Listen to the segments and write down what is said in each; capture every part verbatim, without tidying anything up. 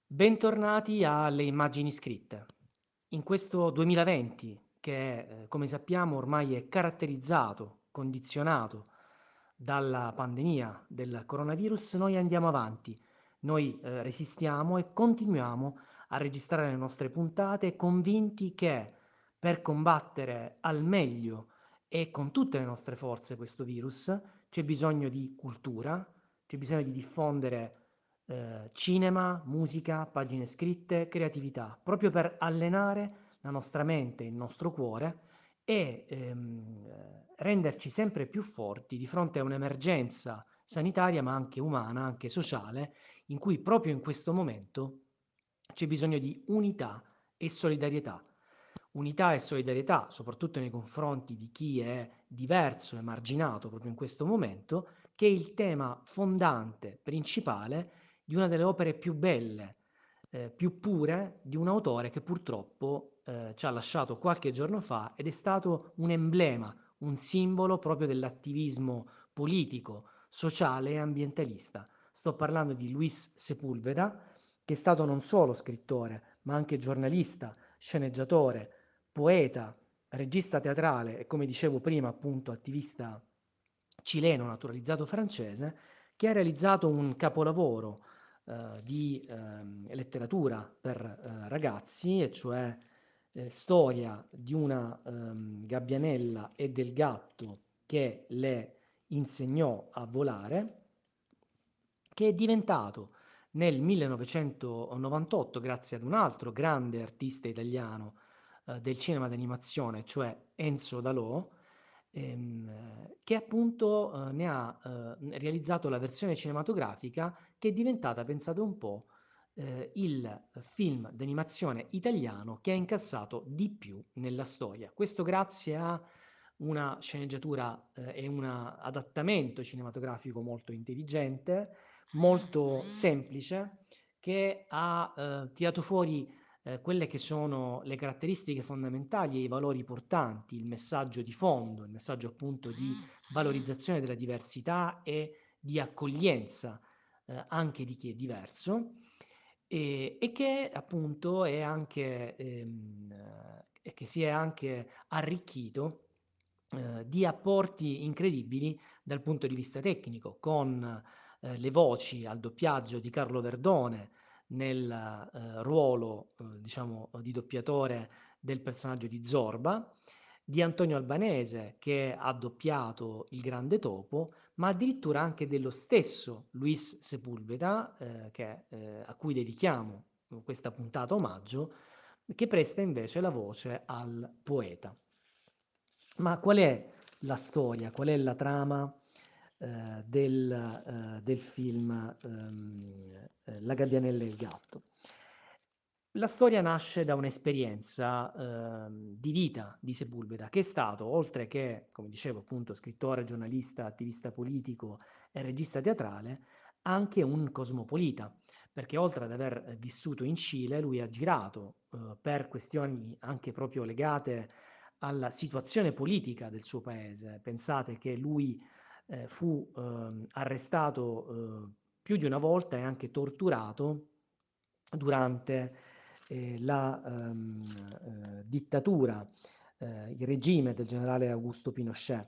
Bentornati alle Immagini Scritte. In questo duemilaventi che, ehm, come sappiamo ormai è caratterizzato, condizionato dalla pandemia del coronavirus, noi andiamo avanti. Noi, ehm, resistiamo e continuiamo a registrare le nostre puntate convinti che per combattere al meglio e con tutte le nostre forze questo virus c'è bisogno di cultura, c'è bisogno di diffondere ehm, cinema, musica, pagine scritte, creatività, proprio per allenare la nostra mente, il nostro cuore e, ehm, ehm, renderci sempre più forti di fronte a un'emergenza sanitaria, ma anche umana, anche sociale, in cui proprio in questo momento c'è bisogno di unità e solidarietà. Unità e solidarietà, soprattutto nei confronti di chi è diverso, emarginato proprio in questo momento, che è il tema fondante, principale di una delle opere più belle, ehm, più pure di un autore che purtroppo, ehm, ci ha lasciato qualche giorno fa ed è stato un emblema, un simbolo proprio dell'attivismo politico, sociale e ambientalista. Sto parlando di Luis Sepúlveda, che è stato non solo scrittore, ma anche giornalista, sceneggiatore, poeta, regista teatrale e, come dicevo prima, appunto attivista cileno naturalizzato francese, che ha realizzato un capolavoro eh, di ehm, letteratura per eh, ragazzi, e cioè eh, storia di una ehm, gabbianella e del gatto che le insegnò a volare, che è diventato nel millenovecentonovantotto, grazie ad un altro grande artista italiano eh, del cinema d'animazione, cioè Enzo Dalò, ehm, che appunto eh, ne ha eh, realizzato la versione cinematografica che è diventata, pensate un po', eh, il film d'animazione italiano che ha incassato di più nella storia. Questo grazie a una sceneggiatura eh, e un adattamento cinematografico molto intelligente, molto semplice, che ha eh, tirato fuori eh, quelle che sono le caratteristiche fondamentali e i valori portanti, il messaggio di fondo, il messaggio appunto di valorizzazione della diversità e di accoglienza eh, anche di chi è diverso e, e che appunto è anche ehm, eh, che si è anche arricchito eh, di apporti incredibili dal punto di vista tecnico, con eh, le voci al doppiaggio di Carlo Verdone nel eh, ruolo, eh, diciamo, di doppiatore del personaggio di Zorba, di Antonio Albanese che ha doppiato il Grande Topo, ma addirittura anche dello stesso Luis Sepúlveda, eh, che, eh, a cui dedichiamo questa puntata omaggio, che presta invece la voce al poeta. Ma qual è la storia, qual è la trama eh, del, eh, del film ehm, eh, La gabbianella e il gatto? La storia nasce da un'esperienza ehm, di vita di Sepúlveda, che è stato, oltre che, come dicevo appunto, scrittore, giornalista, attivista politico e regista teatrale, anche un cosmopolita, perché oltre ad aver eh, vissuto in Cile, lui ha girato eh, per questioni anche proprio legate alla situazione politica del suo paese. Pensate che lui eh, fu ehm, arrestato eh, più di una volta e anche torturato durante eh, la ehm, eh, dittatura, eh, il regime del generale Augusto Pinochet.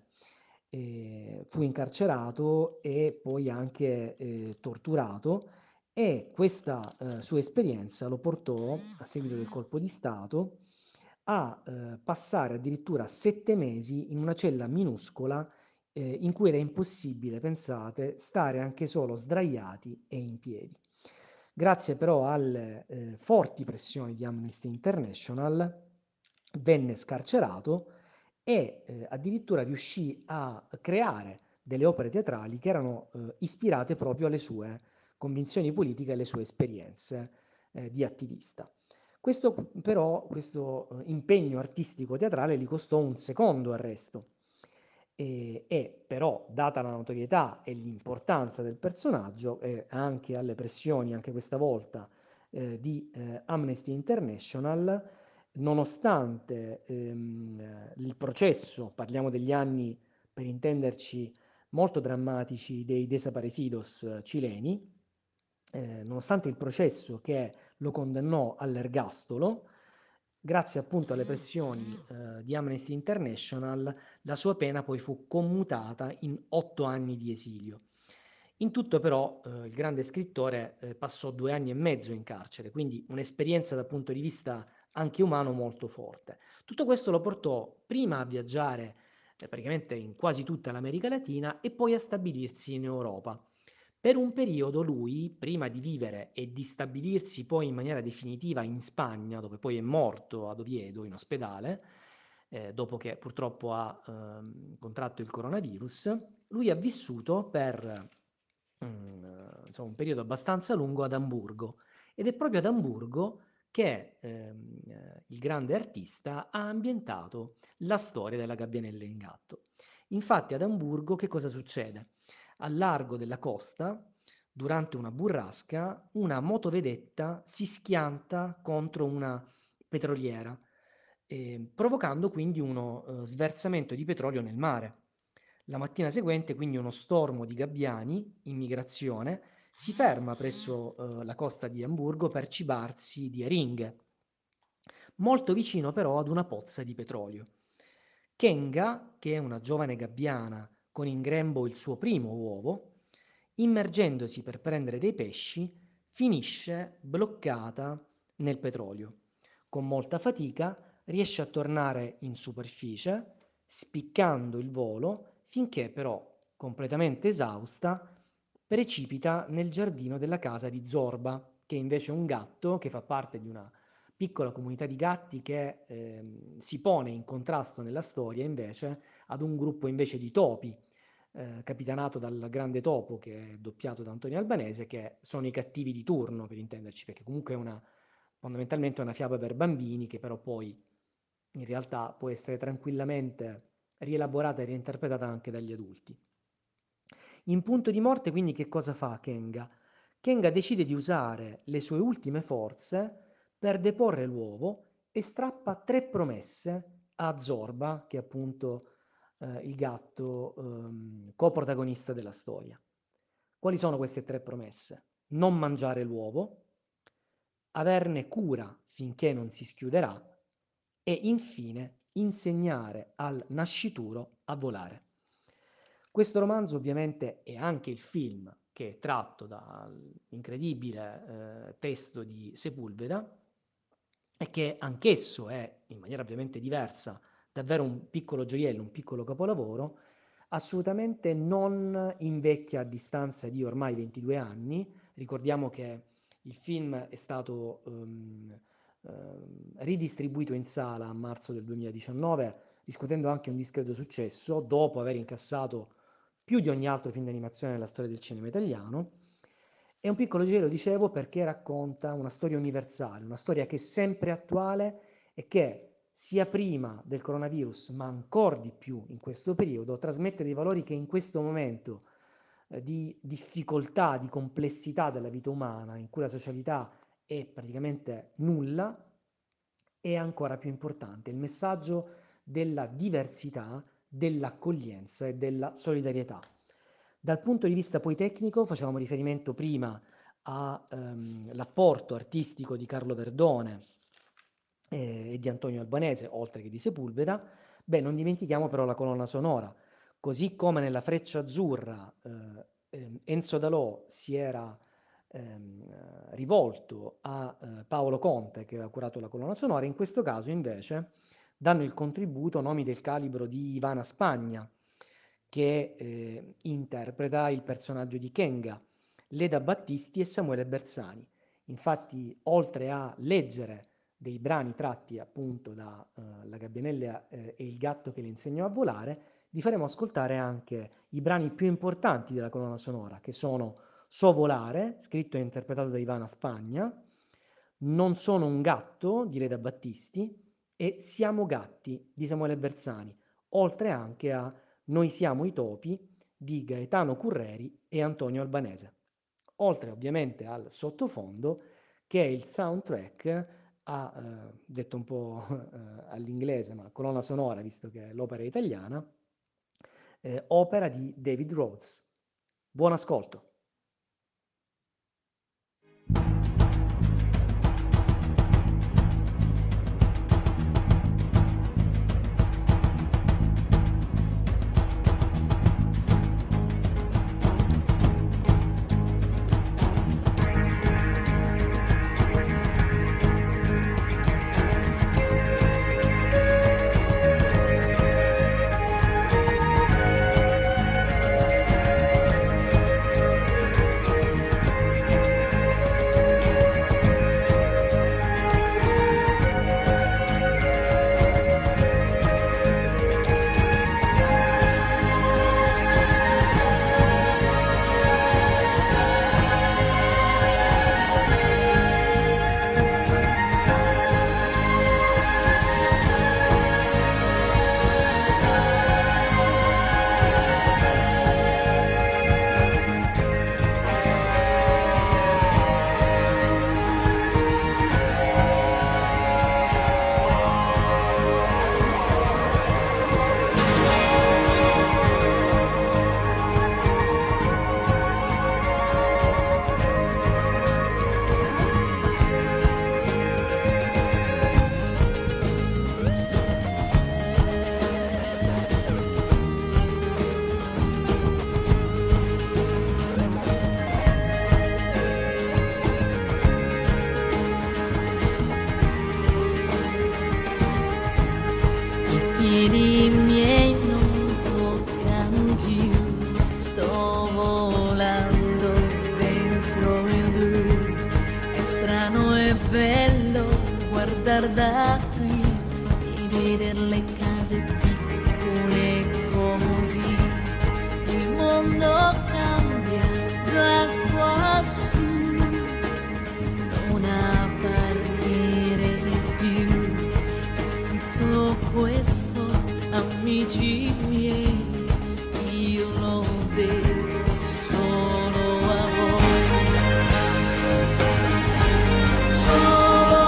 E fu incarcerato e poi anche eh, torturato, e questa eh, sua esperienza lo portò, a seguito del colpo di Stato, a eh, passare addirittura sette mesi in una cella minuscola eh, in cui era impossibile, pensate, stare anche solo sdraiati e in piedi. Grazie però alle eh, forti pressioni di Amnesty International venne scarcerato e eh, addirittura riuscì a creare delle opere teatrali che erano eh, ispirate proprio alle sue convinzioni politiche e alle sue esperienze eh, di attivista. Questo però, questo eh, impegno artistico teatrale gli costò un secondo arresto e, e però, data la notorietà e l'importanza del personaggio e anche alle pressioni, anche questa volta, eh, di eh, Amnesty International, nonostante ehm, il processo, parliamo degli anni per intenderci molto drammatici dei desaparecidos cileni, eh, nonostante il processo che lo condannò all'ergastolo, grazie appunto alle pressioni eh, di Amnesty International, la sua pena poi fu commutata in otto anni di esilio. In tutto però eh, il grande scrittore eh, passò due anni e mezzo in carcere, quindi un'esperienza dal punto di vista anche umano molto forte. Tutto questo lo portò prima a viaggiare eh, praticamente in quasi tutta l'America Latina e poi a stabilirsi in Europa. Per un periodo lui, prima di vivere e di stabilirsi poi in maniera definitiva in Spagna, dove poi è morto ad Oviedo in ospedale, eh, dopo che purtroppo ha ehm, contratto il coronavirus, lui ha vissuto per mm, insomma, un periodo abbastanza lungo ad Amburgo ed è proprio ad Amburgo che ehm, eh, il grande artista ha ambientato la storia della Gabbianella in gatto. Infatti ad Amburgo che cosa succede? Al largo della costa, durante una burrasca, una motovedetta si schianta contro una petroliera, eh, provocando quindi uno eh, sversamento di petrolio nel mare. La mattina seguente, quindi, uno stormo di gabbiani in migrazione si ferma presso eh, la costa di Amburgo per cibarsi di aringhe, molto vicino però ad una pozza di petrolio. Kenga, che è una giovane gabbiana con in grembo il suo primo uovo, immergendosi per prendere dei pesci, finisce bloccata nel petrolio. Con molta fatica riesce a tornare in superficie, spiccando il volo, finché però, completamente esausta, precipita nel giardino della casa di Zorba, che è invece un gatto che fa parte di una piccola comunità di gatti che ehm, si pone in contrasto nella storia invece ad un gruppo invece di topi, eh, capitanato dal grande topo che è doppiato da Antonio Albanese, che sono i cattivi di turno per intenderci, perché comunque è una, fondamentalmente è una fiaba per bambini che però poi in realtà può essere tranquillamente rielaborata e reinterpretata anche dagli adulti. In punto di morte, quindi, che cosa fa Kenga? Kenga decide di usare le sue ultime forze per deporre l'uovo e strappa tre promesse a Zorba, che è appunto eh, il gatto ehm, coprotagonista della storia. Quali sono queste tre promesse? Non mangiare l'uovo, averne cura finché non si schiuderà e infine insegnare al nascituro a volare. Questo romanzo ovviamente è anche il film che è tratto dall'incredibile eh, testo di Sepulveda e che anch'esso è, in maniera ovviamente diversa, davvero un piccolo gioiello, un piccolo capolavoro, assolutamente non invecchia a distanza di ormai ventidue anni. Ricordiamo che il film è stato ehm, ehm, ridistribuito in sala a marzo del duemiladiciannove, riscuotendo anche un discreto successo, dopo aver incassato più di ogni altro film d'animazione nella storia del cinema italiano. È un piccolo gelo, dicevo, perché racconta una storia universale, una storia che è sempre attuale e che sia prima del coronavirus, ma ancora di più in questo periodo, trasmette dei valori che in questo momento eh, di difficoltà, di complessità della vita umana, in cui la socialità è praticamente nulla, è ancora più importante. Il messaggio della diversità, dell'accoglienza e della solidarietà. Dal punto di vista poi tecnico, facevamo riferimento prima all'apporto artistico di Carlo Verdone eh, e di Antonio Albanese, oltre che di Sepulveda. Beh, non dimentichiamo però la colonna sonora. Così come nella Freccia Azzurra eh, ehm, Enzo Dalò si era ehm, eh, rivolto a eh, Paolo Conte che aveva curato la colonna sonora, in questo caso invece danno il contributo nomi del calibro di Ivana Spagna, che eh, interpreta il personaggio di Kenga, Leda Battisti e Samuele Bersani. Infatti, oltre a leggere dei brani tratti appunto da uh, La Gabbianella eh, e il gatto che le insegnò a volare, vi faremo ascoltare anche i brani più importanti della colonna sonora, che sono So volare, scritto e interpretato da Ivana Spagna, Non sono un gatto di Leda Battisti e Siamo gatti di Samuele Bersani, oltre anche a Noi siamo i topi di Gaetano Curreri e Antonio Albanese. Oltre ovviamente al sottofondo che è il soundtrack a, eh, detto un po' eh, all'inglese, ma colonna sonora, visto che l'opera è italiana, eh, opera di David Rhodes. Buon ascolto. star da qui e vedere le case piccole così. Il mondo cambia da quassù, non ha barriere più. Tutto questo, amici miei, io lo devo solo a voi. Solo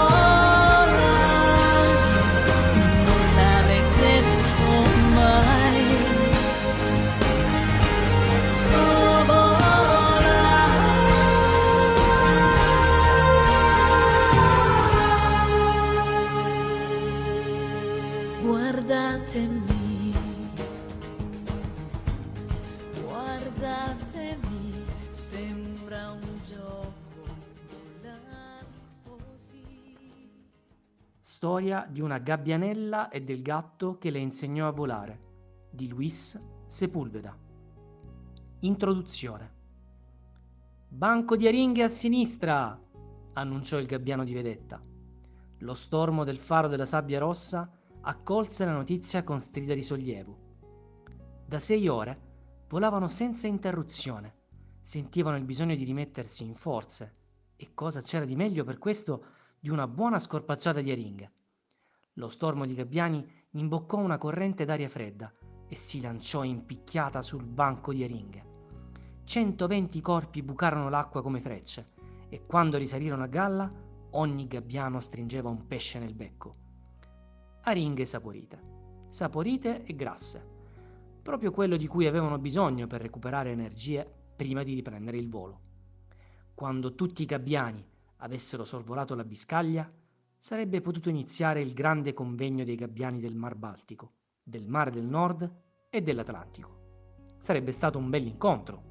non l'avete detto mai. Solo guardatemi, guardatemi, sembra un gioco volar così. Storia di una gabbianella e del gatto che le insegnò a volare, di Luis Sepulveda. Introduzione. Banco di aringhe a sinistra, annunciò il gabbiano di vedetta. Lo stormo del faro della sabbia rossa accolse la notizia con strida di sollievo. Da sei ore volavano senza interruzione, sentivano il bisogno di rimettersi in forze, e cosa c'era di meglio per questo di una buona scorpacciata di aringhe. Lo stormo di gabbiani imboccò una corrente d'aria fredda e si lanciò in picchiata sul banco di aringhe. centoventi corpi bucarono l'acqua come frecce, e quando risalirono a galla, ogni gabbiano stringeva un pesce nel becco. Aringhe saporite, saporite e grasse, proprio quello di cui avevano bisogno per recuperare energie prima di riprendere il volo. Quando tutti i gabbiani avessero sorvolato la Biscaglia, sarebbe potuto iniziare il grande convegno dei gabbiani del Mar Baltico, del Mare del Nord e dell'Atlantico. Sarebbe stato un bell'incontro.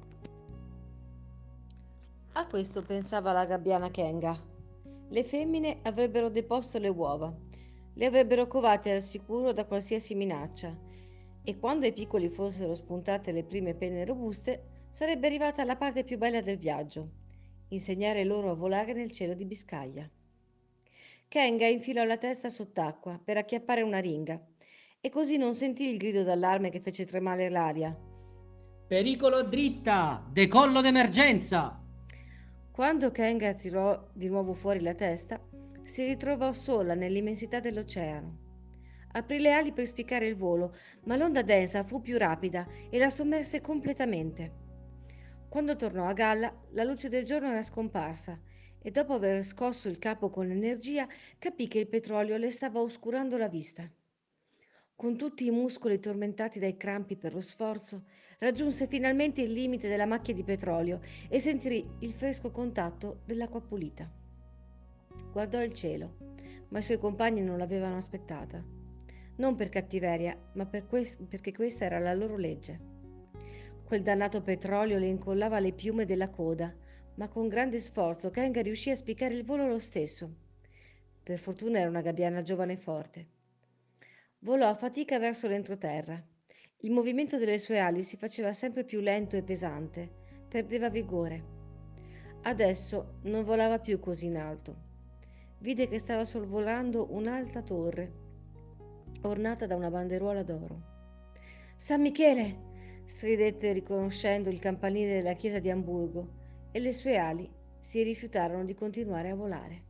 A questo pensava la gabbiana Kenga. Le femmine avrebbero deposto le uova, le avrebbero covate al sicuro da qualsiasi minaccia, e quando ai piccoli fossero spuntate le prime penne robuste, sarebbe arrivata la parte più bella del viaggio: insegnare loro a volare nel cielo di Biscaglia. Kenga infilò la testa sott'acqua per acchiappare una ringa, e così non sentì il grido d'allarme che fece tremare l'aria. Pericolo dritta! Decollo d'emergenza! Quando Kenga tirò di nuovo fuori la testa, si ritrovò sola nell'immensità dell'oceano. Aprì le ali per spiccare il volo, ma l'onda densa fu più rapida e la sommerse completamente. Quando tornò a galla, la luce del giorno era scomparsa, e dopo aver scosso il capo con energia, capì che il petrolio le stava oscurando la vista. Con tutti i muscoli tormentati dai crampi per lo sforzo, raggiunse finalmente il limite della macchia di petrolio e sentì il fresco contatto dell'acqua pulita. Guardò il cielo, ma i suoi compagni non l'avevano aspettata. Non per cattiveria, ma per que- perché questa era la loro legge. Quel dannato petrolio le incollava le piume della coda, ma con grande sforzo Kenga riuscì a spiccare il volo lo stesso. Per fortuna era una gabbiana giovane e forte. Volò a fatica verso l'entroterra. Il movimento delle sue ali si faceva sempre più lento e pesante, perdeva vigore. Adesso non volava più così in alto. Vide che stava sorvolando un'alta torre, ornata da una banderuola d'oro. San Michele! Stridette riconoscendo il campanile della chiesa di Amburgo, e le sue ali si rifiutarono di continuare a volare.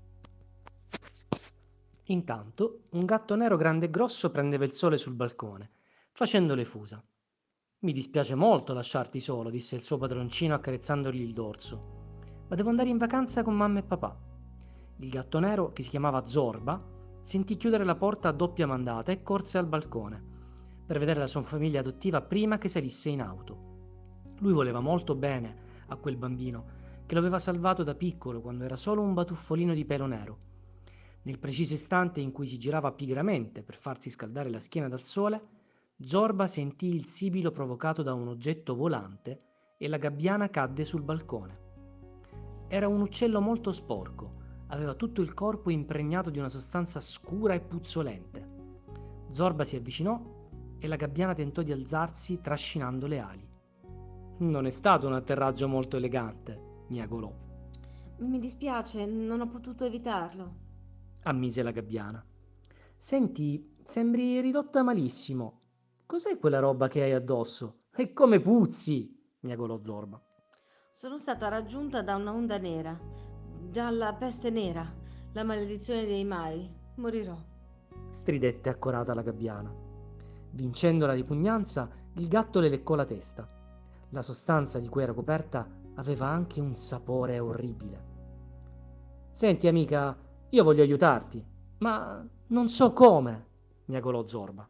Intanto un gatto nero grande e grosso prendeva il sole sul balcone, facendo le fusa. Mi dispiace molto lasciarti solo, disse il suo padroncino accarezzandogli il dorso, ma devo andare in vacanza con mamma e papà. Il gatto nero, che si chiamava Zorba, sentì chiudere la porta a doppia mandata e corse al balcone per vedere la sua famiglia adottiva prima che salisse in auto. Lui voleva molto bene a quel bambino, che lo aveva salvato da piccolo quando era solo un batuffolino di pelo nero. Nel preciso istante in cui si girava pigramente per farsi scaldare la schiena dal sole, Zorba sentì il sibilo provocato da un oggetto volante e la gabbiana cadde sul balcone. Era un uccello molto sporco, aveva tutto il corpo impregnato di una sostanza scura e puzzolente. Zorba si avvicinò e la gabbiana tentò di alzarsi trascinando le ali. Non è stato un atterraggio molto elegante, miagolò. Mi dispiace, non ho potuto evitarlo. ammise la gabbiana. Senti, sembri ridotta malissimo. Cos'è quella roba che hai addosso? E come puzzi! Miagolò Zorba. Sono stata raggiunta da una onda nera, dalla peste nera, la maledizione dei mari. Morirò. Stridette accorata la gabbiana. Vincendo la ripugnanza, il gatto le leccò la testa. La sostanza di cui era coperta aveva anche un sapore orribile. Senti, amica, io voglio aiutarti, ma non so come, miagolò Zorba.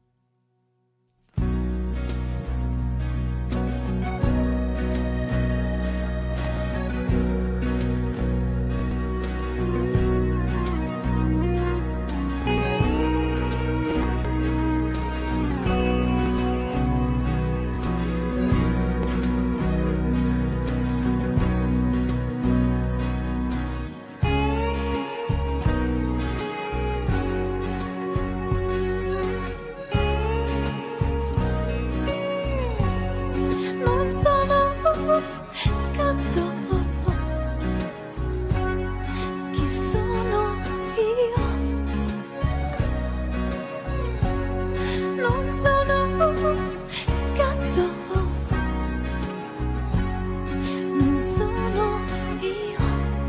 Non sono gatto. Chi sono io? Non sono gatto. Non sono io.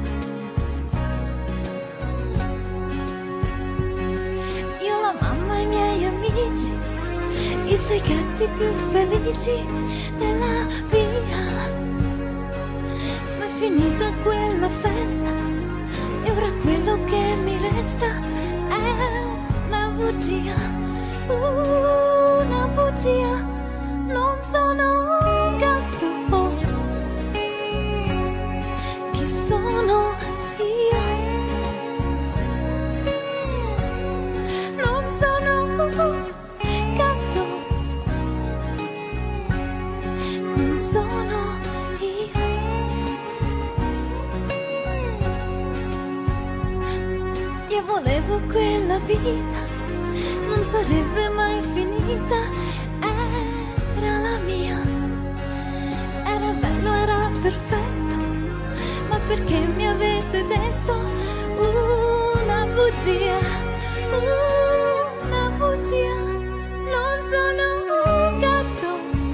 Io la mamma e i miei amici, i sei gatti più felici della via. Ma è finita quella festa e ora quello che mi resta è una bugia, una bugia. Non sono un gatto. Chi sono io? Non sono un gatto. Non sono io. Io volevo quella vita, non sarebbe mai finita. Era la mia, era bello, era perfetto. Ma perché mi avete detto una bugia, una bugia? Non sono un gatto.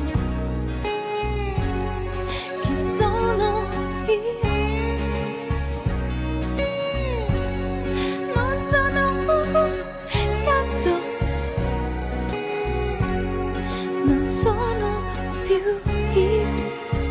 Chi sono io? Non sono un gatto. Non sono più io.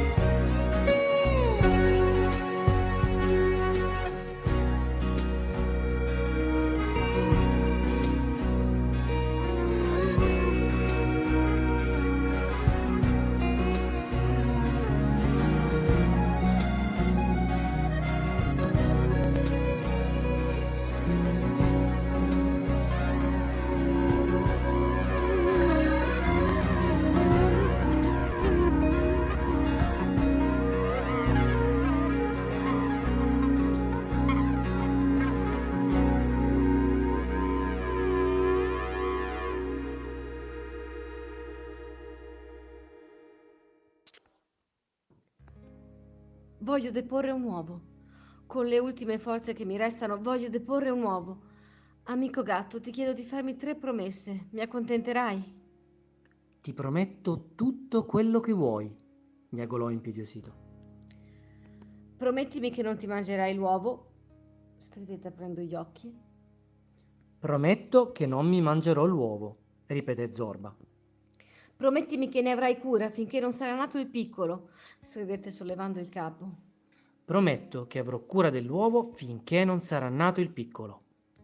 Voglio deporre un uovo. Con le ultime forze che mi restano, voglio deporre un uovo. Amico gatto, ti chiedo di farmi tre promesse. Mi accontenterai? Ti prometto tutto quello che vuoi, miagolò impietosito. Promettimi che non ti mangerai l'uovo. Stridette aprendo gli occhi. Prometto che non mi mangerò l'uovo, ripeté Zorba. Promettimi che ne avrai cura finché non sarà nato il piccolo. Stridette sollevando il capo. Prometto che avrò cura dell'uovo finché non sarà nato il piccolo.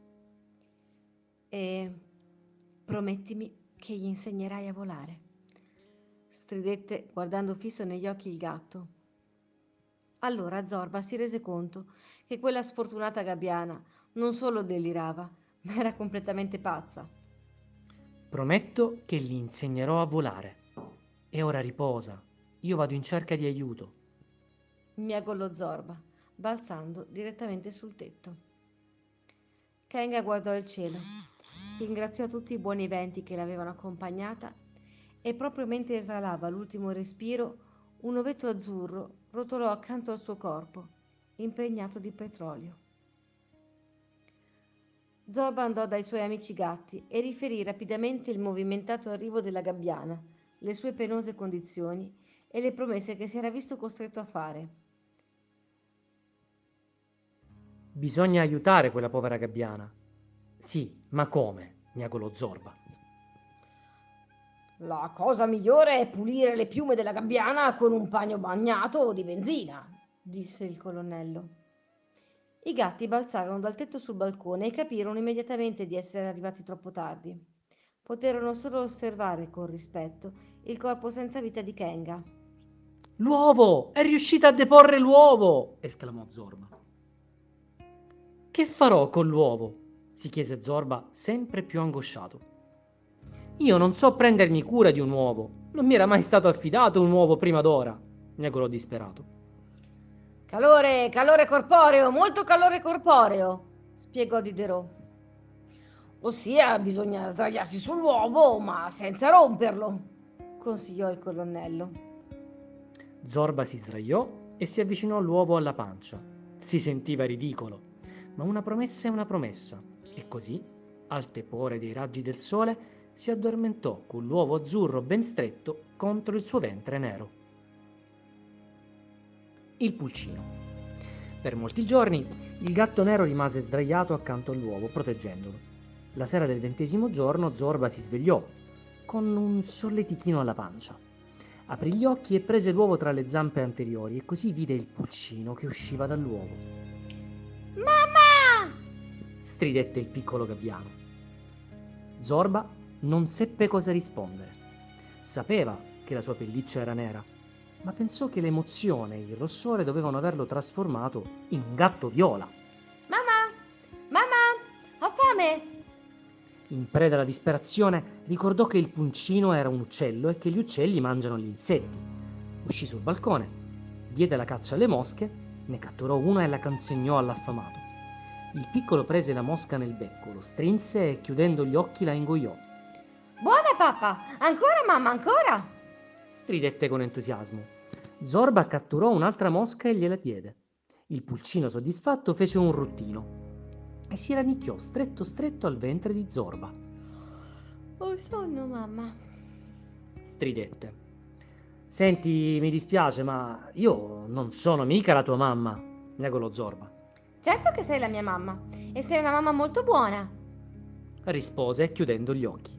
E promettimi che gli insegnerai a volare. Stridette guardando fisso negli occhi il gatto. Allora Zorba si rese conto che quella sfortunata gabbiana non solo delirava, ma era completamente pazza. Prometto che gli insegnerò a volare. E ora riposa, io vado in cerca di aiuto. Miagolò Zorba, balzando direttamente sul tetto. Kenga guardò il cielo, ringraziò tutti i buoni venti che l'avevano accompagnata e proprio mentre esalava l'ultimo respiro, un ovetto azzurro rotolò accanto al suo corpo, impregnato di petrolio. Zorba andò dai suoi amici gatti e riferì rapidamente il movimentato arrivo della gabbiana, le sue penose condizioni e le promesse che si era visto costretto a fare. Bisogna aiutare quella povera gabbiana. Sì, ma come? Miagolò Zorba. La cosa migliore è pulire le piume della gabbiana con un bagno bagnato di benzina, disse il colonnello. I gatti balzarono dal tetto sul balcone e capirono immediatamente di essere arrivati troppo tardi. Poterono solo osservare con rispetto il corpo senza vita di Kenga. L'uovo! È riuscita a deporre l'uovo! Esclamò Zorba. Che farò con l'uovo? Si chiese Zorba, sempre più angosciato. Io non so prendermi cura di un uovo. Non mi era mai stato affidato un uovo prima d'ora, miagolò disperato. Calore, calore corporeo, molto calore corporeo, spiegò Diderot. Ossia, bisogna sdraiarsi sull'uovo, ma senza romperlo, consigliò il colonnello. Zorba si sdraiò e si avvicinò l'uovo alla pancia. Si sentiva ridicolo, ma una promessa è una promessa, e così, al tepore dei raggi del sole, si addormentò con l'uovo azzurro ben stretto contro il suo ventre nero. Il pulcino. Per molti giorni il gatto nero rimase sdraiato accanto all'uovo, proteggendolo. La sera del ventesimo giorno Zorba si svegliò, con un solletichino alla pancia. Aprì gli occhi e prese l'uovo tra le zampe anteriori e così vide il pulcino che usciva dall'uovo. Mamma! Stridette il piccolo gabbiano. Zorba non seppe cosa rispondere. Sapeva che la sua pelliccia era nera, ma pensò che l'emozione e il rossore dovevano averlo trasformato in un gatto viola. Mamma! Mamma! Ho fame! In preda alla disperazione, ricordò che il pulcino era un uccello e che gli uccelli mangiano gli insetti. Uscì sul balcone, diede la caccia alle mosche, ne catturò una e la consegnò all'affamato. Il piccolo prese la mosca nel becco, lo strinse e chiudendo gli occhi la ingoiò. Buona papà! Ancora mamma, ancora! Stridette con entusiasmo. Zorba catturò un'altra mosca e gliela diede. Il pulcino soddisfatto fece un ruttino e si rannicchiò stretto stretto al ventre di Zorba. Ho sonno, mamma, stridette. Senti, mi dispiace, ma io non sono mica la tua mamma, miagolò Zorba. Certo che sei la mia mamma, e sei una mamma molto buona, rispose chiudendo gli occhi.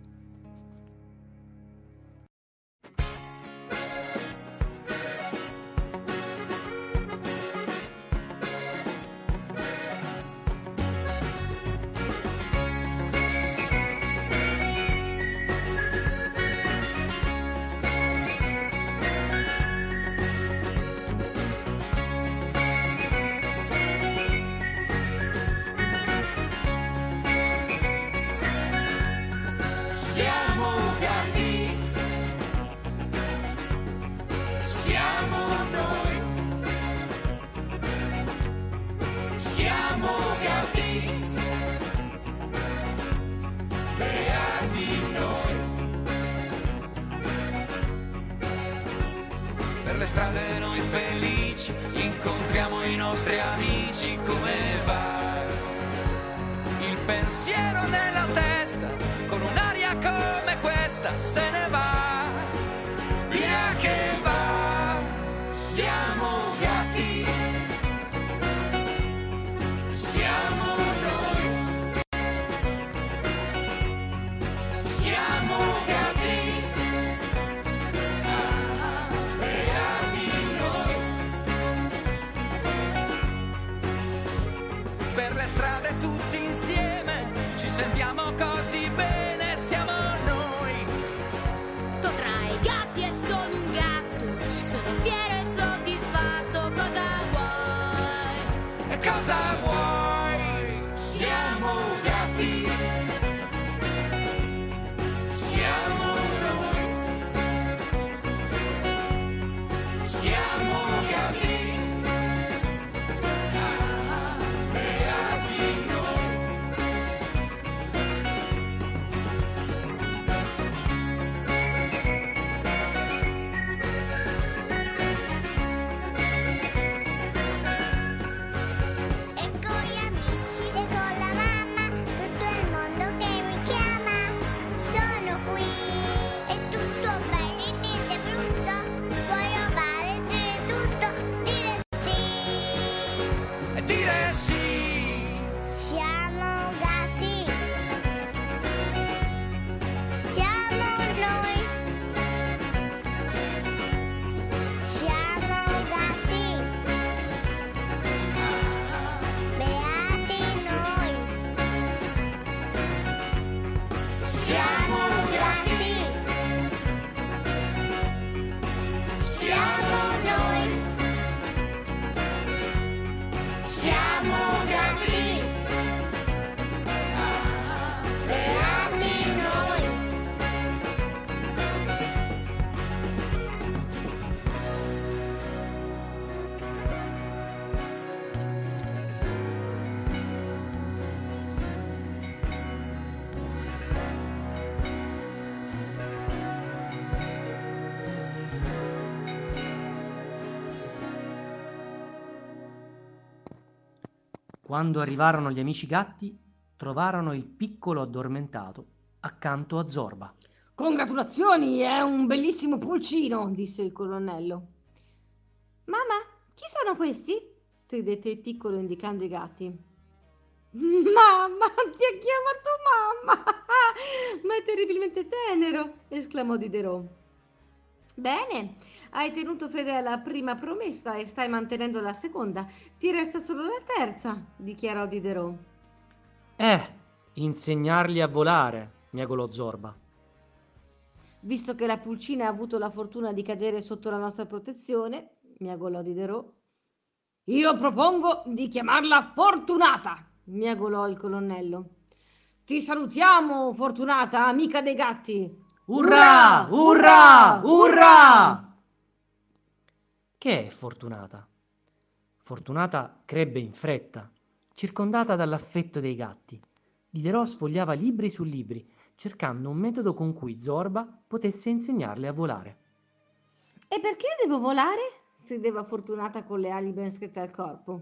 Per le strade noi felici incontriamo i nostri amici, come va? Il pensiero nella testa, con un'aria come questa se ne va, via che va, siamo gatti, siamo noi, siamo gatti. Strade tutti insieme, ci sentiamo così bene, siamo noi. Sto tra i gatti e sono un gatto, sono fiero e soddisfatto, cosa vuoi? E cosa vuoi? Siamo gatti, siamo noi, siamo gatti. E corri Quando arrivarono gli amici gatti, trovarono il piccolo addormentato accanto a Zorba. Congratulazioni, è un bellissimo pulcino, disse il colonnello. Mamma, chi sono questi? Stridette il piccolo indicando i gatti. Mamma, ti ha chiamato mamma! Ma è terribilmente tenero! Esclamò Diderot. Bene, hai tenuto fede alla prima promessa e stai mantenendo la seconda. Ti resta solo la terza, dichiarò Diderot. Eh, insegnarli a volare, miagolò Zorba. Visto che la pulcina ha avuto la fortuna di cadere sotto la nostra protezione, miagolò Diderot. Io propongo di chiamarla Fortunata, miagolò il colonnello. Ti salutiamo, Fortunata, amica dei gatti. Urrà! Urrà! Urrà! Che è Fortunata? Fortunata crebbe in fretta, circondata dall'affetto dei gatti. Diderot sfogliava libri su libri, cercando un metodo con cui Zorba potesse insegnarle a volare. E perché devo volare? Strideva Fortunata con le ali ben strette al corpo.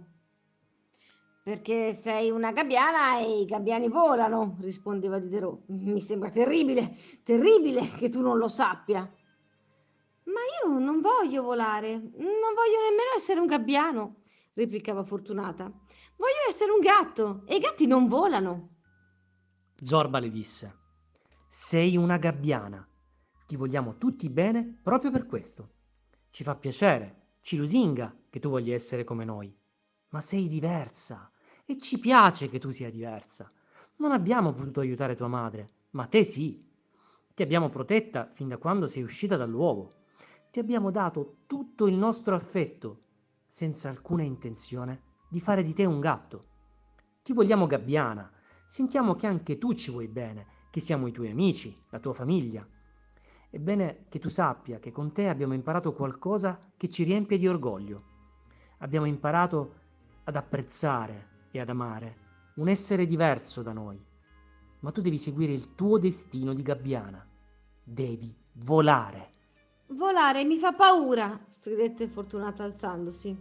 Perché sei una gabbiana e i gabbiani volano, rispondeva Diderot. Mi sembra terribile, terribile che tu non lo sappia. Ma io non voglio volare, non voglio nemmeno essere un gabbiano, replicava Fortunata. Voglio essere un gatto e i gatti non volano. Zorba le disse: sei una gabbiana. Ti vogliamo tutti bene proprio per questo. Ci fa piacere, ci lusinga che tu voglia essere come noi. Ma sei diversa e ci piace che tu sia diversa. Non abbiamo potuto aiutare tua madre, ma te sì. Ti abbiamo protetta fin da quando sei uscita dall'uovo. Ti abbiamo dato tutto il nostro affetto, senza alcuna intenzione di fare di te un gatto. Ti vogliamo gabbiana. Sentiamo che anche tu ci vuoi bene, che siamo i tuoi amici, la tua famiglia. È bene che tu sappia che con te abbiamo imparato qualcosa che ci riempie di orgoglio. Abbiamo imparato ad apprezzare e ad amare un essere diverso da noi. Ma tu devi seguire il tuo destino di gabbiana. Devi volare. Volare mi fa paura, stridette Fortunata alzandosi.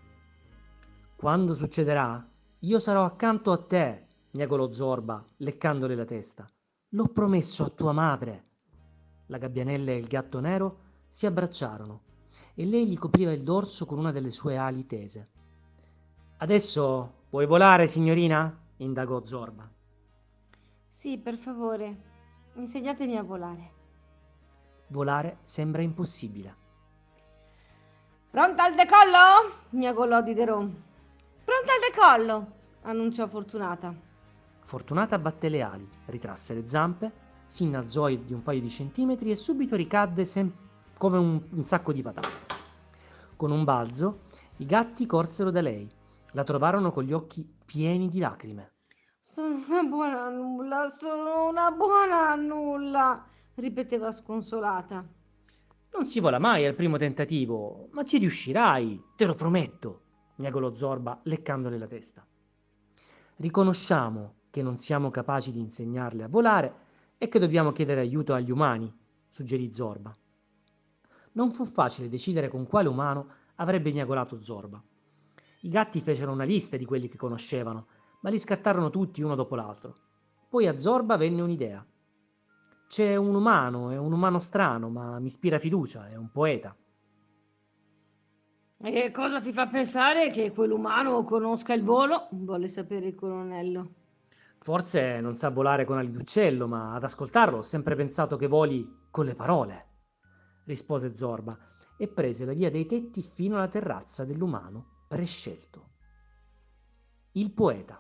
Quando succederà, io sarò accanto a te, miagolò Zorba, leccandole la testa. L'ho promesso a tua madre. La gabbianella e il gatto nero si abbracciarono e lei gli copriva il dorso con una delle sue ali tese. Adesso puoi volare, signorina? Indagò Zorba. Sì, per favore, insegnatemi a volare. Volare sembra impossibile. Pronta al decollo? Miagolò Diderot. Pronta al decollo, annunciò Fortunata. Fortunata batté le ali, ritrasse le zampe, si innalzò di un paio di centimetri e subito ricadde sem- come un, un sacco di patate. Con un balzo, i gatti corsero da lei. La trovarono con gli occhi pieni di lacrime. Sono una buona a nulla, sono una buona a nulla, ripeteva sconsolata. Non si vola mai al primo tentativo, ma ci riuscirai, te lo prometto, miagolò Zorba, leccandole la testa. Riconosciamo che non siamo capaci di insegnarle a volare e che dobbiamo chiedere aiuto agli umani, suggerì Zorba. Non fu facile decidere con quale umano avrebbe miagolato Zorba. I gatti fecero una lista di quelli che conoscevano, ma li scartarono tutti uno dopo l'altro. Poi a Zorba venne un'idea. C'è un umano, è un umano strano, ma mi ispira fiducia, è un poeta. E cosa ti fa pensare che quell'umano conosca il volo? Volle sapere il colonnello. Forse non sa volare con ali d'uccello, ma ad ascoltarlo ho sempre pensato che voli con le parole, rispose Zorba e prese la via dei tetti fino alla terrazza dell'umano prescelto. Il poeta.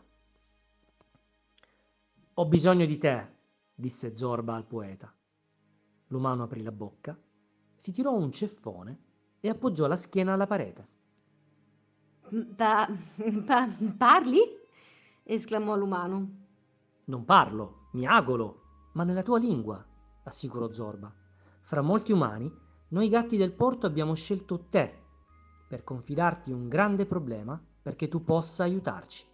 Ho bisogno di te, disse Zorba al poeta. L'umano aprì la bocca, si tirò un ceffone e appoggiò la schiena alla parete. Pa- pa- parli? Esclamò l'umano. Non parlo, miagolo, ma nella tua lingua, assicurò Zorba. Fra molti umani, noi gatti del porto abbiamo scelto te per confidarti un grande problema perché tu possa aiutarci.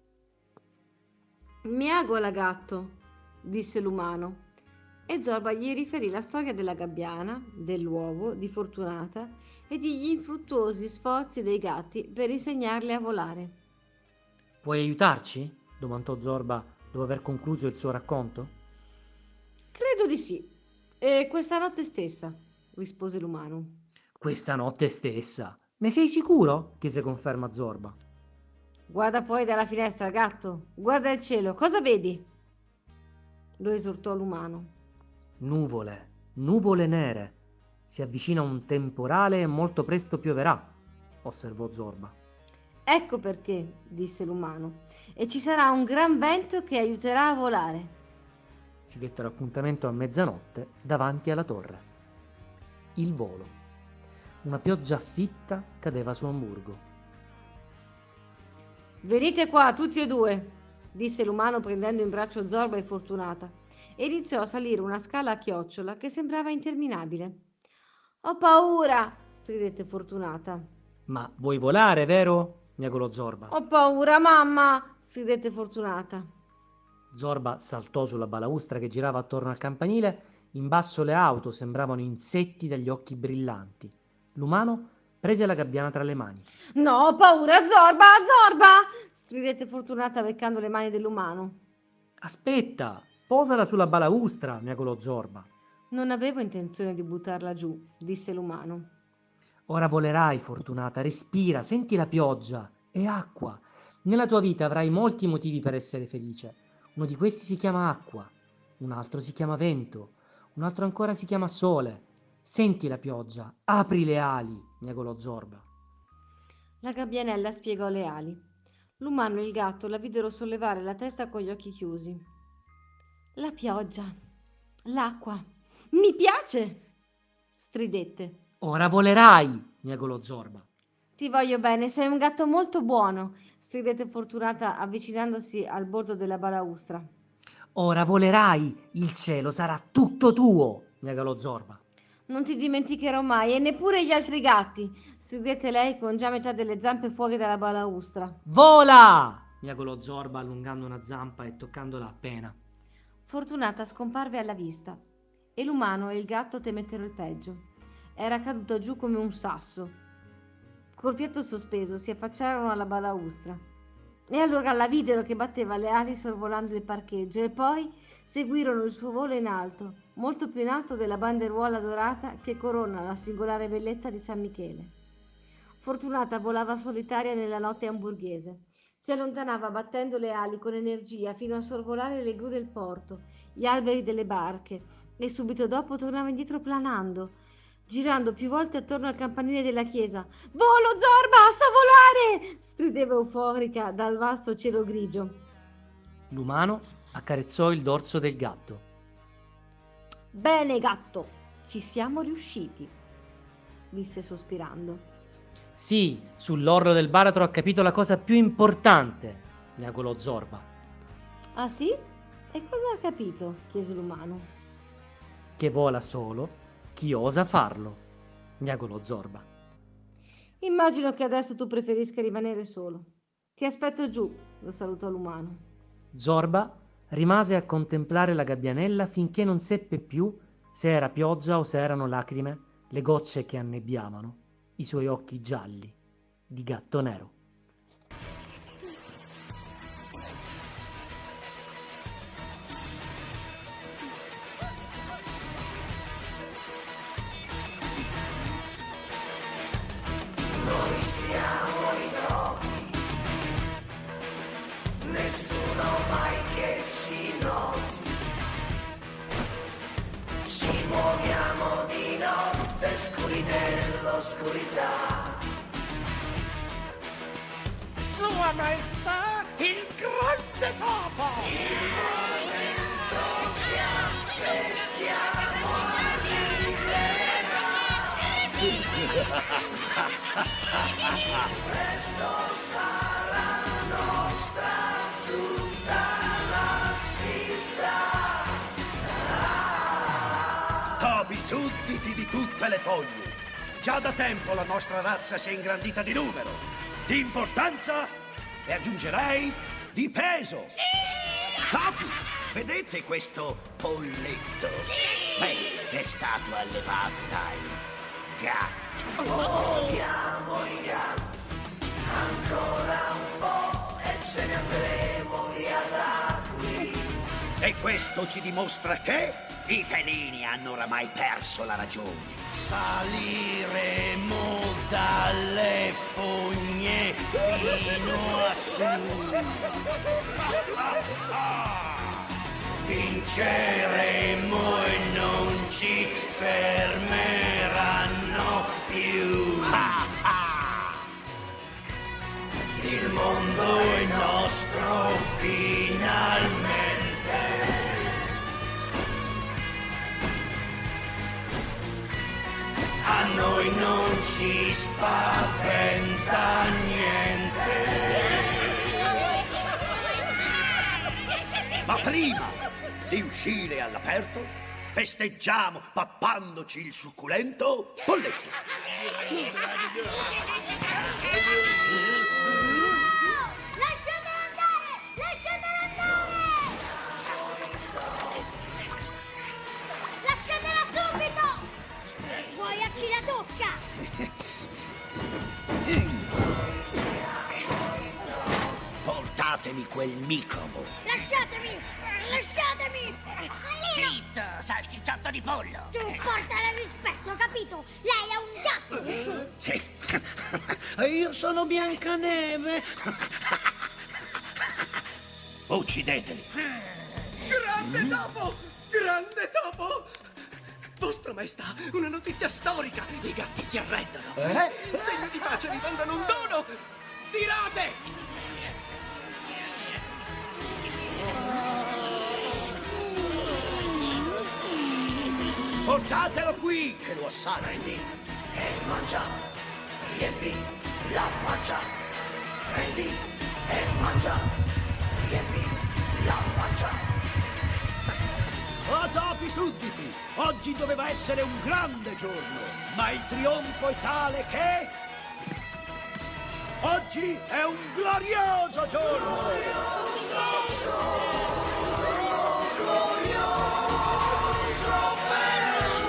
Miagola, gatto, disse l'umano. E Zorba gli riferì la storia della gabbiana, dell'uovo, di Fortunata e degli infruttuosi sforzi dei gatti per insegnarle a volare. Puoi aiutarci? Domandò Zorba dopo aver concluso il suo racconto. Credo di sì. E questa notte stessa, rispose l'umano. Questa notte stessa. Ne sei sicuro? Chiese conferma Zorba. Guarda fuori dalla finestra, gatto. Guarda il cielo. Cosa vedi? Lo esortò l'umano. Nuvole, nuvole nere. Si avvicina un temporale e molto presto pioverà, osservò Zorba. Ecco perché, disse l'umano, e ci sarà un gran vento che aiuterà a volare. Si dettero appuntamento a mezzanotte davanti alla torre. Il volo. Una pioggia fitta cadeva su Amburgo. Venite qua, tutti e due, disse l'umano prendendo in braccio Zorba e Fortunata, e iniziò a salire una scala a chiocciola che sembrava interminabile. Ho paura, stridette Fortunata. Ma vuoi volare, vero? Miagolò Zorba. Ho paura, mamma, stridette Fortunata. Zorba saltò sulla balaustra che girava attorno al campanile. In basso le auto sembravano insetti dagli occhi brillanti. L'umano prese la gabbiana tra le mani. No, ho paura, Zorba, Zorba! Stridette Fortunata beccando le mani dell'umano. Aspetta, posala sulla balaustra, miagolò Zorba. Non avevo intenzione di buttarla giù, disse l'umano. Ora volerai, Fortunata, respira, senti la pioggia, è acqua. Nella tua vita avrai molti motivi per essere felice. Uno di questi si chiama acqua, un altro si chiama vento, un altro ancora si chiama sole. Senti la pioggia, apri le ali, miagolò Zorba. La gabbianella spiegò le ali. L'umano e il gatto la videro sollevare la testa con gli occhi chiusi. La pioggia, l'acqua, mi piace, stridette. Ora volerai, miagolò Zorba. Ti voglio bene, sei un gatto molto buono, stridette Fortunata avvicinandosi al bordo della balaustra. Ora volerai, il cielo sarà tutto tuo, miagolò Zorba. Non ti dimenticherò mai, e neppure gli altri gatti, stridette lei con già metà delle zampe fuori dalla balaustra. Vola! miagolò Zorba allungando una zampa e toccandola appena. Fortunata scomparve alla vista e l'umano e il gatto temettero il peggio. Era caduto giù come un sasso. Col fiato sospeso si affacciarono alla balaustra e allora la videro che batteva le ali sorvolando il parcheggio e poi seguirono il suo volo in alto, molto più in alto della banderuola dorata che corona la singolare bellezza di San Michele. Fortunata volava solitaria nella notte amburghese. Si allontanava battendo le ali con energia fino a sorvolare le gru del porto, gli alberi delle barche e subito dopo tornava indietro planando, girando più volte attorno al campanile della chiesa. «Volo, Zorba, sa volare!» strideva euforica dal vasto cielo grigio. L'umano accarezzò il dorso del gatto. «Bene, gatto, ci siamo riusciti», disse sospirando. Sì, sull'orlo del baratro ha capito la cosa più importante, miagolò Zorba. «Ah sì? E cosa ha capito?» chiese l'umano. Che vola solo chi osa farlo, miagolò Zorba. «Immagino che adesso tu preferisca rimanere solo. Ti aspetto giù», lo salutò l'umano. Zorba rimase a contemplare la gabbianella finché non seppe più se era pioggia o se erano lacrime le gocce che annebbiavano i suoi occhi gialli di gatto nero. Noi siamo i topi, nessuno mai che ci noti. Ci muoviamo di notte, scuri nell'oscurità. Sua Maestà, il grande topo! Il momento che aspettiamo arriverà. Presto sarà nostra tutta la città. Topi sudditi di tutte le foglie. Già da tempo la nostra razza si è ingrandita di numero, di importanza e aggiungerei di peso. Sì! Topi, vedete questo polletto? Sì! Beh, è stato allevato dai gatti. Odiamo i gatti, ancora un po' e e ce ne andremo via da qui. E questo ci dimostra che i felini hanno oramai perso la ragione. Saliremo dalle fogne fino a su. Vinceremo e non ci fermeranno più. Il mondo è nostro finalmente. A noi non ci spaventa niente. Ma prima di uscire all'aperto, festeggiamo pappandoci il succulento polletto. Lasciatela andare! Lasciatela andare! Lasciatela subito! Vuoi a chi la tocca? Portatemi quel microbo. Lasciatemi! Lasciatemi! Zitto, salsicciotto di pollo! Tu portala rispetto, capito? Lei è un gatto! Sì. Io sono Biancaneve. Uccideteli. Grande topo! Grande topo! Vostra Maestà, una notizia storica! I gatti si arrendono! Eh? Segno di pace vi vendono un dono! Tirate! Portatelo qui che lo assaggi. Prendi e mangia, riempi la pancia. Prendi e mangia, riempi la pancia. Oh, topi sudditi! Oggi doveva essere un grande giorno, ma il trionfo è tale che... Oggi è un glorioso giorno! Glorioso giorno, glorioso bello.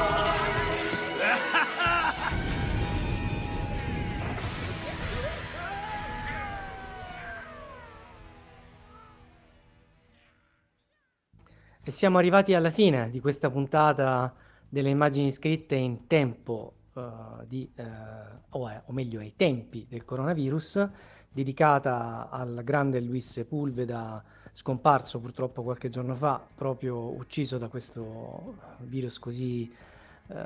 E siamo arrivati alla fine di questa puntata delle immagini scritte in tempo uh, di, uh, o, eh, o meglio ai tempi del coronavirus, dedicata al grande Luis Sepulveda, scomparso purtroppo qualche giorno fa, proprio ucciso da questo virus così uh,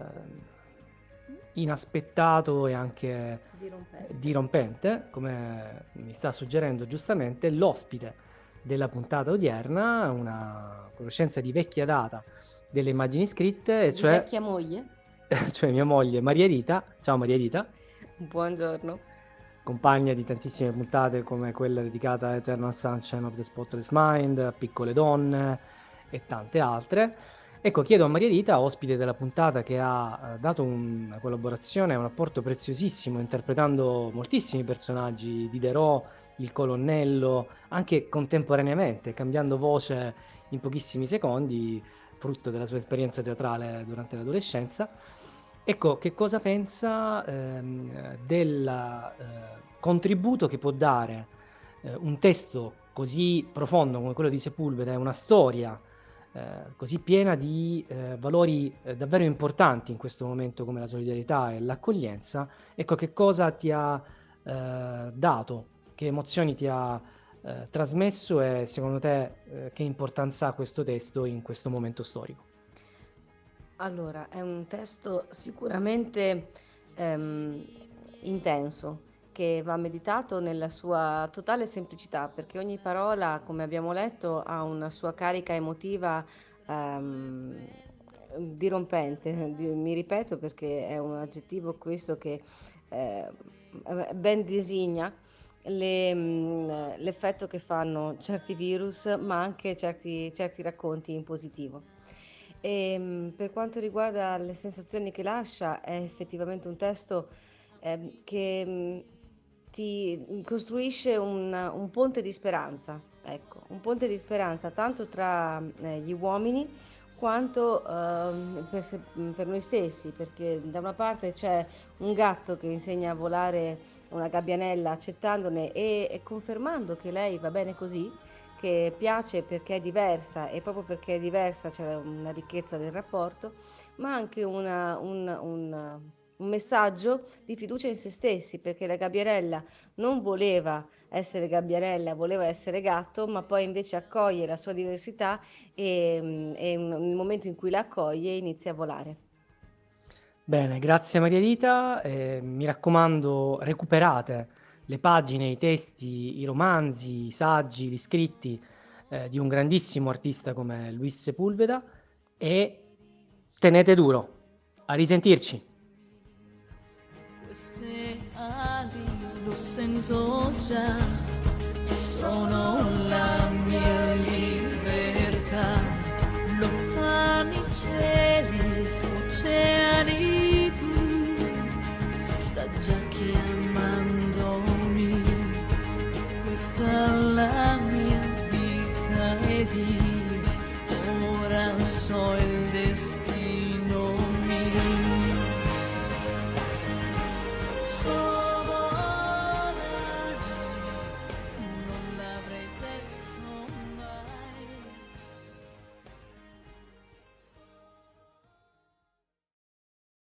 inaspettato e anche Dirompente. dirompente, come mi sta suggerendo giustamente l'ospite della puntata odierna, una conoscenza di vecchia data delle immagini scritte, e Di cioè, vecchia moglie. cioè mia moglie Maria Rita. Ciao Maria Rita, Buongiorno. compagna di tantissime puntate come quella dedicata a Eternal Sunshine of the Spotless Mind, a Piccole Donne e tante altre. Ecco, chiedo a Maria Rita, ospite della puntata, che ha eh, dato un- una collaborazione, un apporto preziosissimo, interpretando moltissimi personaggi, Diderot, il colonnello, anche contemporaneamente, cambiando voce in pochissimi secondi, frutto della sua esperienza teatrale durante l'adolescenza. Ecco, che cosa pensa ehm, del eh, contributo che può dare eh, un testo così profondo come quello di Sepulveda, è una storia eh, così piena di eh, valori eh, davvero importanti in questo momento, come la solidarietà e l'accoglienza. Ecco, che cosa ti ha eh, dato, che emozioni ti ha eh, trasmesso, e secondo te eh, che importanza ha questo testo in questo momento storico? Allora, è un testo sicuramente ehm, intenso, che va meditato nella sua totale semplicità, perché ogni parola, come abbiamo letto, ha una sua carica emotiva ehm, dirompente. Di- Mi ripeto perché è un aggettivo questo che eh, ben designa le, mh, l'effetto che fanno certi virus, ma anche certi, certi racconti in positivo. E, mh, per quanto riguarda le sensazioni che lascia, è effettivamente un testo ehm, che mh, ti costruisce un, un ponte di speranza, ecco, un ponte di speranza tanto tra eh, gli uomini, quanto ehm, per, se- per noi stessi, perché da una parte c'è un gatto che insegna a volare una gabbianella accettandone e, e confermando che lei va bene così, che piace perché è diversa e proprio perché è diversa c'è una ricchezza del rapporto, ma anche una- un, un- un messaggio di fiducia in se stessi, perché la gabbianella non voleva essere gabbianella, voleva essere gatto, ma poi invece accoglie la sua diversità e, e nel momento in cui la accoglie inizia a volare. Bene, grazie Maria Rita. Eh, mi raccomando, recuperate le pagine, i testi, i romanzi, i saggi, gli scritti eh, di un grandissimo artista come Luis Sepulveda e tenete duro. A risentirci. Queste ali lo sento già, sono la mia libertà. Lontani cieli, oceani blu, sta già chiamandomi. Questa è la mia vita ed io ora so il destino.